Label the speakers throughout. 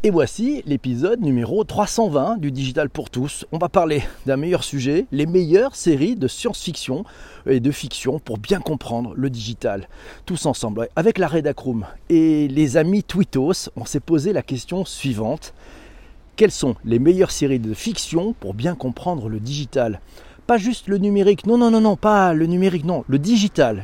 Speaker 1: Et voici l'épisode numéro 320 du Digital pour tous. On va parler d'un meilleur sujet, les meilleures séries de science-fiction et de fiction pour bien comprendre le digital. Tous ensemble, avec la Redacroom et les amis Twittos, on s'est posé la question suivante. Quelles sont les meilleures séries de fiction pour bien comprendre le digital ? Pas juste le numérique, non, pas le numérique, non, le digital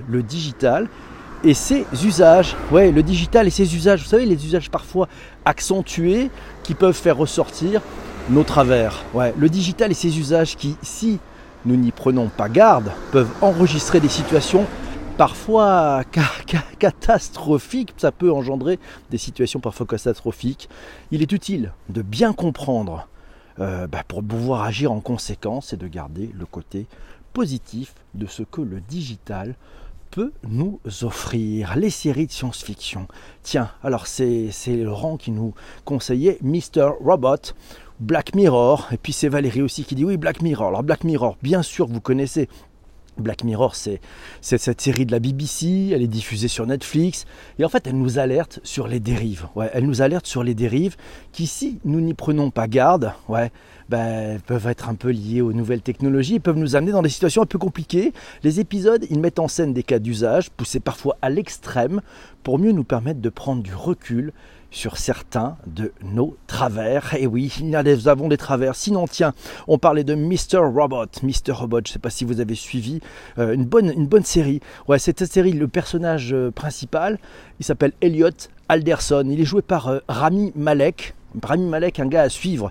Speaker 1: et ses usages. Ouais, le digital et ses usages, vous savez, les usages parfois accentués qui peuvent faire ressortir nos travers. Ouais, le digital et ses usages qui, si nous n'y prenons pas garde, peuvent enregistrer des situations parfois catastrophiques. Ça peut engendrer des situations parfois catastrophiques. Il est utile de bien comprendre pour pouvoir agir en conséquence et de garder le côté positif de ce que le digital peut nous offrir. Les séries de science-fiction. Tiens, alors c'est Laurent qui nous conseillait Mr. Robot, Black Mirror, et puis c'est Valérie aussi qui dit oui, Black Mirror. Alors Black Mirror, bien sûr vous connaissez. Black Mirror, c'est cette série de la BBC, elle est diffusée sur Netflix, et en fait elle nous alerte sur les dérives. Ouais, elle nous alerte sur les dérives qui, si nous n'y prenons pas garde, peuvent être un peu liées aux nouvelles technologies et peuvent nous amener dans des situations un peu compliquées. Les épisodes, ils mettent en scène des cas d'usage, poussés parfois à l'extrême, pour mieux nous permettre de prendre du recul sur certains de nos travers. Et oui, nous avons des travers. Sinon, tiens, on parlait de Mr. Robot. Mr. Robot, je ne sais pas si vous avez suivi, une bonne série. Ouais, cette série, le personnage principal, il s'appelle Elliot Alderson. Il est joué par Rami Malek. Rami Malek, un gars à suivre.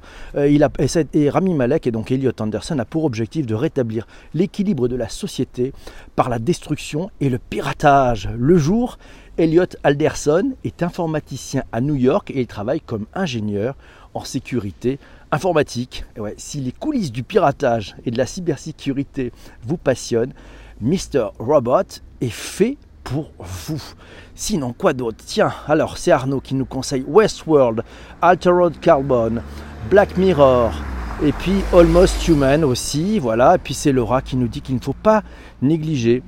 Speaker 1: Et Rami Malek, et donc Elliot Anderson, a pour objectif de rétablir l'équilibre de la société par la destruction et le piratage. Le jour, Elliot Alderson est informaticien à New York et il travaille comme ingénieur en sécurité informatique. Et ouais, si les coulisses du piratage et de la cybersécurité vous passionnent, Mr. Robot est fait pour vous. Sinon, quoi d'autre ? Tiens, alors c'est Arnaud qui nous conseille Westworld, Altered Carbon, Black Mirror et puis Almost Human aussi. Voilà. Et puis c'est Laura qui nous dit qu'il ne faut pas négliger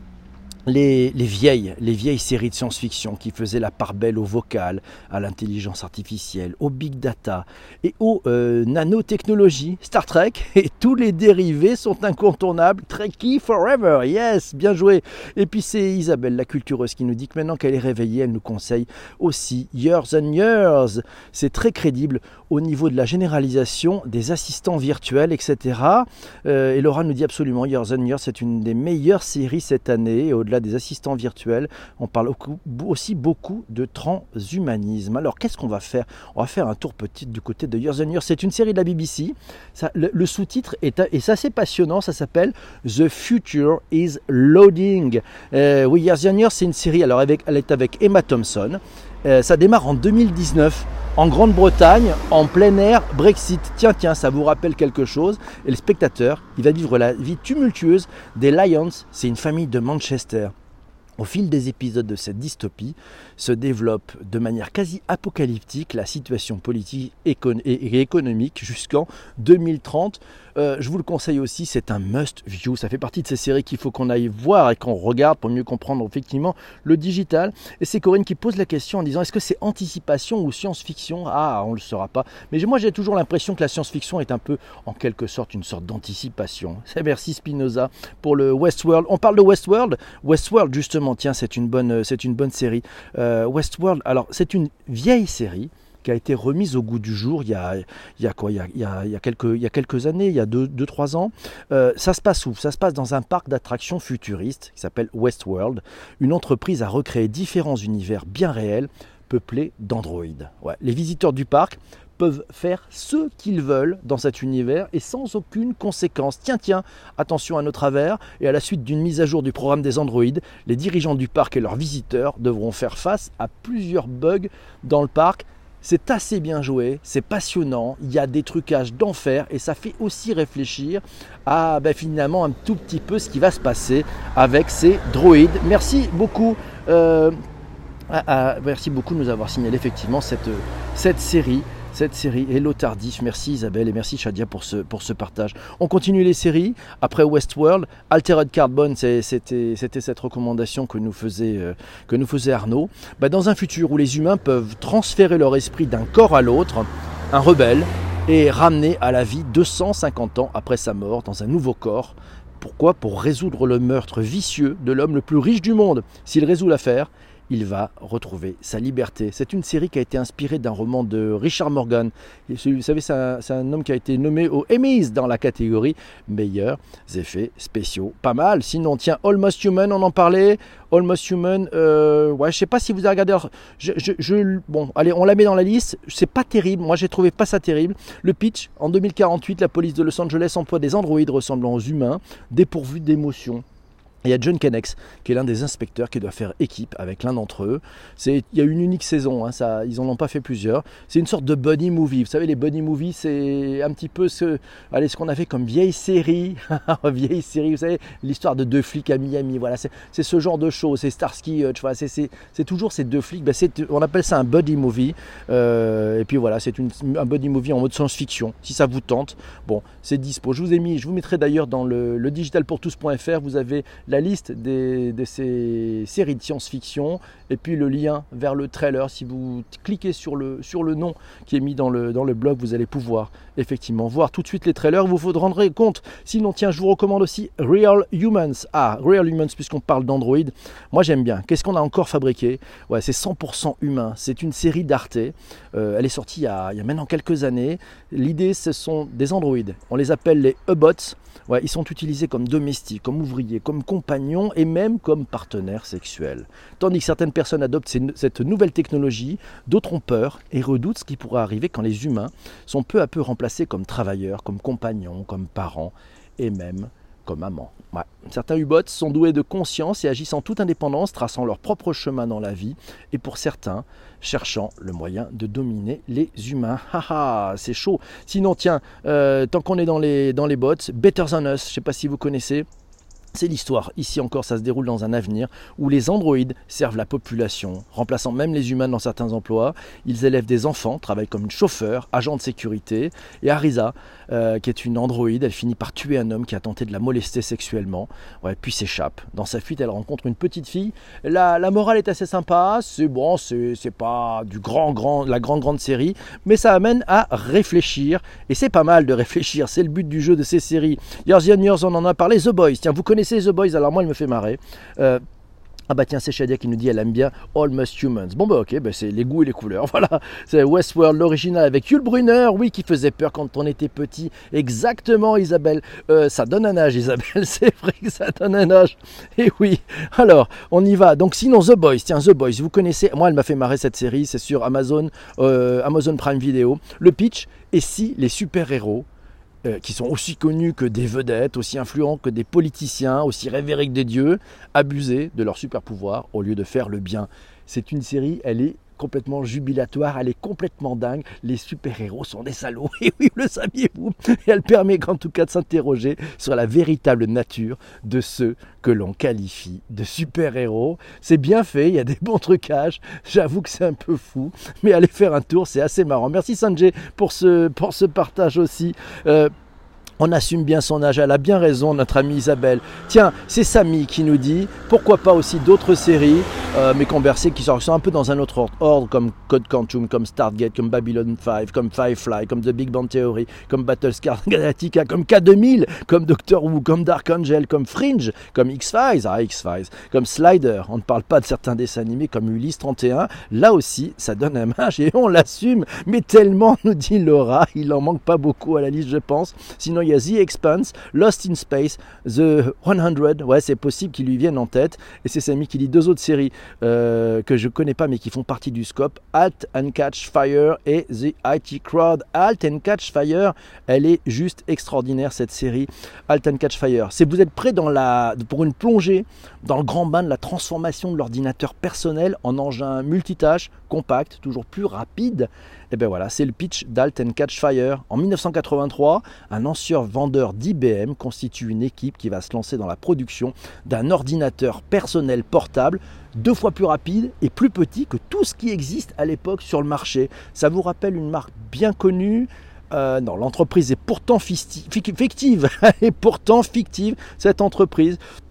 Speaker 1: les vieilles séries de science-fiction qui faisaient la part belle au vocal, à l'intelligence artificielle, au big data et aux nanotechnologies. Star Trek et tous les dérivés sont incontournables. Trekkie forever, yes, bien joué. Et puis c'est Isabelle, la cultureuse, qui nous dit que maintenant qu'elle est réveillée, elle nous conseille aussi Years and Years. C'est très crédible au niveau de la généralisation des assistants virtuels, etc. Et Laura nous dit absolument Years and Years, c'est une des meilleures séries cette année. Et au-delà des assistants virtuels, on parle aussi beaucoup de transhumanisme. Alors qu'est-ce qu'on va faire ? On va faire un tour petit du côté de Years and Years. C'est une série de la BBC. Le sous-titre est assez passionnant. Ça s'appelle The Future is Loading. Oui, Years and Years, c'est une série. Alors elle est avec Emma Thompson. Ça démarre en 2019 en Grande-Bretagne, en plein air, Brexit. Tiens, ça vous rappelle quelque chose. Et le spectateur, il va vivre la vie tumultueuse des Lions. C'est une famille de Manchester. Au fil des épisodes de cette dystopie, se développe de manière quasi apocalyptique la situation politique et économique jusqu'en 2030. Je vous le conseille aussi, c'est un must-view. Ça fait partie de ces séries qu'il faut qu'on aille voir et qu'on regarde pour mieux comprendre effectivement le digital. Et c'est Corinne qui pose la question en disant, est-ce que c'est anticipation ou science-fiction ? Ah, on ne le saura pas. Mais moi, j'ai toujours l'impression que la science-fiction est un peu, en quelque sorte, une sorte d'anticipation. Merci Spinoza pour le Westworld. On parle de Westworld. Westworld, justement, tiens, c'est une bonne série. Westworld, alors c'est une vieille série qui a été remise au goût du jour il y a quelques années, il y a 2-3 ans. Ça se passe où ? Ça se passe dans un parc d'attractions futuriste qui s'appelle Westworld. Une entreprise a recréé différents univers bien réels, peuplés d'androïdes. Ouais. Les visiteurs du parc peuvent faire ce qu'ils veulent dans cet univers et sans aucune conséquence. Tiens, attention à nos travers. Et à la suite d'une mise à jour du programme des androïdes, les dirigeants du parc et leurs visiteurs devront faire face à plusieurs bugs dans le parc. C'est assez bien joué, c'est passionnant, il y a des trucages d'enfer et ça fait aussi réfléchir à finalement un tout petit peu ce qui va se passer avec ces droïdes. Merci beaucoup. Merci beaucoup de nous avoir signalé effectivement cette série. Hello Tardif, merci Isabelle et merci Shadia pour ce partage. On continue les séries, après Westworld, Altered Carbon, c'était cette recommandation que nous faisait Arnaud. Dans un futur où les humains peuvent transférer leur esprit d'un corps à l'autre, un rebelle, est ramené à la vie 250 ans après sa mort dans un nouveau corps. Pourquoi ? Pour résoudre le meurtre vicieux de l'homme le plus riche du monde. S'il résout l'affaire, il va retrouver sa liberté. C'est une série qui a été inspirée d'un roman de Richard Morgan. Et vous savez, c'est un homme qui a été nommé aux Emmys dans la catégorie meilleurs effets spéciaux. Pas mal. Sinon, tiens, Almost Human, on en parlait. Almost Human, ouais, je sais pas si vous avez regardé. Bon, allez, on la met dans la liste. C'est pas terrible. Moi, j'ai trouvé pas ça terrible. Le pitch, en 2048, la police de Los Angeles emploie des androïdes ressemblant aux humains, dépourvus d'émotions. Il y a John Kennex, qui est l'un des inspecteurs qui doit faire équipe avec l'un d'entre eux. Il y a une unique saison, hein, ils n'en ont pas fait plusieurs. C'est une sorte de buddy movie. Vous savez, les buddy movies, c'est un petit peu ce qu'on a fait comme vieille série. Vieille série, vous savez, l'histoire de deux flics à Miami. Voilà, c'est ce genre de show. C'est Starsky Hutch. Voilà, c'est toujours ces deux flics. On appelle ça un buddy movie. Et puis voilà, c'est un buddy movie en mode science-fiction. Si ça vous tente, bon, c'est dispo. Je vous mettrai d'ailleurs dans le digitalpourtous.fr. Vous avez la liste de ces séries de science-fiction et puis le lien vers le trailer. Si vous cliquez sur le nom qui est mis dans le blog, vous allez pouvoir effectivement voir tout de suite les trailers. Vous vous rendrez compte. Sinon, tiens, je vous recommande aussi Real Humans. Real Humans, puisqu'on parle d'Android. Moi, j'aime bien. Qu'est-ce qu'on a encore fabriqué ? Ouais, c'est 100% humain. C'est une série d'Arte. Elle est sortie il y a maintenant quelques années. L'idée, ce sont des androïdes. On les appelle les Hubots. Ouais, ils sont utilisés comme domestiques, comme ouvriers, comme compagnons et même comme partenaires sexuels. Tandis que certaines personnes adoptent cette nouvelle technologie, d'autres ont peur et redoutent ce qui pourrait arriver quand les humains sont peu à peu remplacés comme travailleurs, comme compagnons, comme parents et même comme amants. Ouais. Certains Hubots sont doués de conscience et agissent en toute indépendance, traçant leur propre chemin dans la vie, et pour certains, cherchant le moyen de dominer les humains. C'est chaud. Sinon, tiens, tant qu'on est dans les bots, Better Than Us, je ne sais pas si vous connaissez. C'est l'histoire, ici encore ça se déroule dans un avenir où les androïdes servent la population, remplaçant même les humains dans certains emplois. Ils élèvent des enfants, travaillent comme chauffeurs, agents de sécurité. Et Arisa, qui est une androïde, elle finit par tuer un homme qui a tenté de la molester sexuellement, puis s'échappe. Dans sa fuite, elle rencontre une petite fille. La morale est assez sympa, c'est pas la grande série, mais ça amène à réfléchir. Et c'est pas mal de réfléchir, c'est le but du jeu de ces séries. Years and Years, on en a parlé. The Boys, tiens, vous connaissez The Boys, alors moi elle me fait marrer. Tiens, c'est Shadia qui nous dit elle aime bien Almost Humans. Ok, c'est les goûts et les couleurs. Voilà, c'est Westworld, l'original avec Yul Brynner, oui, qui faisait peur quand on était petit. Exactement, Isabelle. Ça donne un âge, Isabelle, c'est vrai que ça donne un âge. Et oui, alors, on y va. Donc sinon, The Boys, tiens, The Boys, vous connaissez, moi elle m'a fait marrer cette série, c'est sur Amazon Prime Video. Le pitch, et si les super-héros qui sont aussi connus que des vedettes, aussi influents que des politiciens, aussi révérés que des dieux, abuser de leur super pouvoir au lieu de faire le bien. C'est une série, elle est complètement jubilatoire, elle est complètement dingue. Les super-héros sont des salauds, et oui, le saviez-vous ? Et elle permet en tout cas de s'interroger sur la véritable nature de ceux que l'on qualifie de super-héros. C'est bien fait, il y a des bons trucages, j'avoue que c'est un peu fou, mais allez faire un tour, c'est assez marrant. Merci Sanjay pour ce partage aussi. On assume bien son âge, elle a bien raison, notre amie Isabelle. Tiens, c'est Samy qui nous dit, pourquoi pas aussi d'autres séries, mais conversées qui sont un peu dans un autre ordre, comme Code Quantum, comme Stargate, comme Babylon 5, comme Firefly, comme The Big Bang Theory, comme Battlestar Galactica, comme K2000, comme Doctor Who, comme Dark Angel, comme Fringe, comme X-Files, comme Slider. On ne parle pas de certains dessins animés comme Ulysse 31. Là aussi, ça donne un âge et on l'assume, mais tellement, nous dit Laura, il en manque pas beaucoup à la liste, je pense. Sinon, il y a The Expanse, Lost in Space, The 100, ouais, c'est possible qu'ils lui viennent en tête. Et c'est Samy qui lit deux autres séries que je connais pas mais qui font partie du scope, Halt and Catch Fire et The IT Crowd. Halt and Catch Fire, elle est juste extraordinaire cette série. Halt and Catch Fire, c'est vous êtes prêts pour une plongée dans le grand bain de la transformation de l'ordinateur personnel en engin multitâche, compact, toujours plus rapide. Et bien voilà, c'est le pitch d'Halt and Catch Fire. En 1983, un ancien vendeur d'IBM constitue une équipe qui va se lancer dans la production d'un ordinateur personnel portable 2 fois plus rapide et plus petit que tout ce qui existe à l'époque sur le marché. Ça vous rappelle une marque bien connue ? Non, l'entreprise est pourtant fictive. Elle est pourtant fictive, cette entreprise.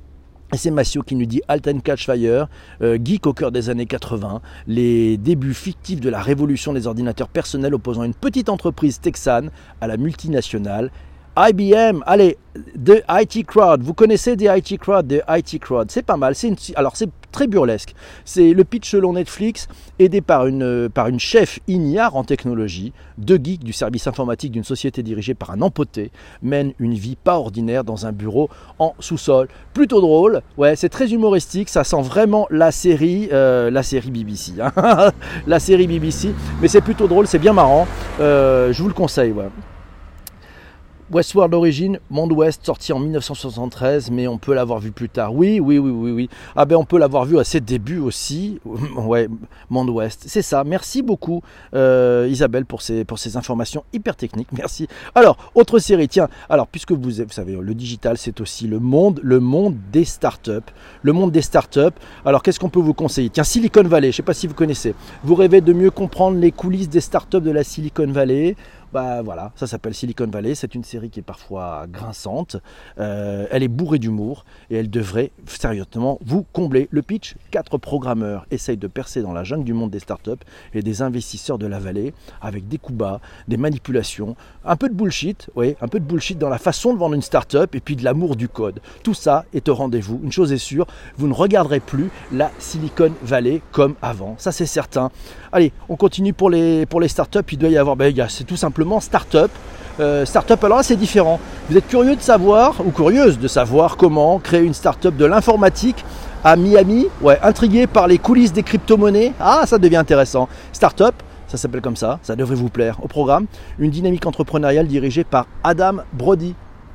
Speaker 1: Et c'est Massio qui nous dit Halt and Catch Fire, geek au cœur des années 80, les débuts fictifs de la révolution des ordinateurs personnels opposant une petite entreprise texane à la multinationale IBM. Allez, The IT Crowd, vous connaissez The IT Crowd? The IT Crowd, c'est pas mal, alors c'est très burlesque, c'est le pitch selon Netflix, aidé par une chef ignare en technologie, deux geeks du service informatique d'une société dirigée par un empoté, mènent une vie pas ordinaire dans un bureau en sous-sol. Plutôt drôle, ouais, c'est très humoristique, ça sent vraiment la série BBC, hein. La série BBC, mais c'est plutôt drôle, c'est bien marrant, je vous le conseille, ouais. Westworld Origins, Monde Ouest, sorti en 1973, mais on peut l'avoir vu plus tard. Oui. Ah ben on peut l'avoir vu à ses débuts aussi. Ouais, Monde Ouest, c'est ça. Merci beaucoup Isabelle pour ces informations hyper techniques. Merci. Alors, autre série, tiens. Alors, puisque vous savez, le digital, c'est aussi le monde des startups. Le monde des startups. Alors, qu'est-ce qu'on peut vous conseiller? Tiens, Silicon Valley, je ne sais pas si vous connaissez. Vous rêvez de mieux comprendre les coulisses des startups de la Silicon Valley? Bah voilà, ça s'appelle Silicon Valley, c'est une série qui est parfois grinçante, elle est bourrée d'humour et elle devrait sérieusement vous combler. Le pitch, 4 programmeurs essayent de percer dans la jungle du monde des startups et des investisseurs de la vallée avec des coups bas, des manipulations, un peu de bullshit, oui, un peu de bullshit dans la façon de vendre une startup et puis de l'amour du code. Tout ça est au rendez-vous, une chose est sûre, vous ne regarderez plus la Silicon Valley comme avant, ça c'est certain. Allez, on continue pour les startups, il doit y avoir, c'est tout simplement Startup. Startup, alors là c'est différent. Vous êtes curieux de savoir, ou curieuse de savoir comment créer une startup de l'informatique à Miami? Ouais, intrigué par les coulisses des crypto-monnaies? Ah, ça devient intéressant. Startup, ça s'appelle comme ça devrait vous plaire. Au programme, une dynamique entrepreneuriale dirigée par Adam Brody.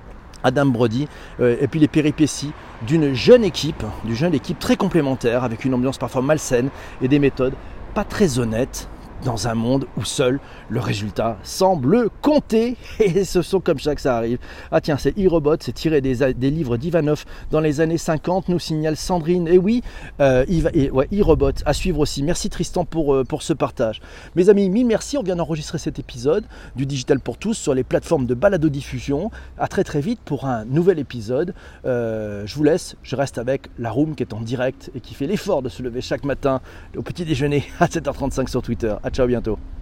Speaker 1: Et puis les péripéties d'une jeune équipe très complémentaire, avec une ambiance parfois malsaine et des méthodes pas très honnêtes, dans un monde où seul le résultat semble compter. Et ce sont comme ça que ça arrive. Ah tiens, c'est iRobot, c'est tiré des livres d'Ivanov dans les années 50, nous signale Sandrine. Et oui, iRobot, à suivre aussi. Merci Tristan pour ce partage. Mes amis, mille merci, on vient d'enregistrer cet épisode du Digital pour tous sur les plateformes de balado-diffusion. À très très vite pour un nouvel épisode. Je vous laisse, je reste avec la room qui est en direct et qui fait l'effort de se lever chaque matin au petit déjeuner à 7h35 sur Twitter. Ciao, bientôt.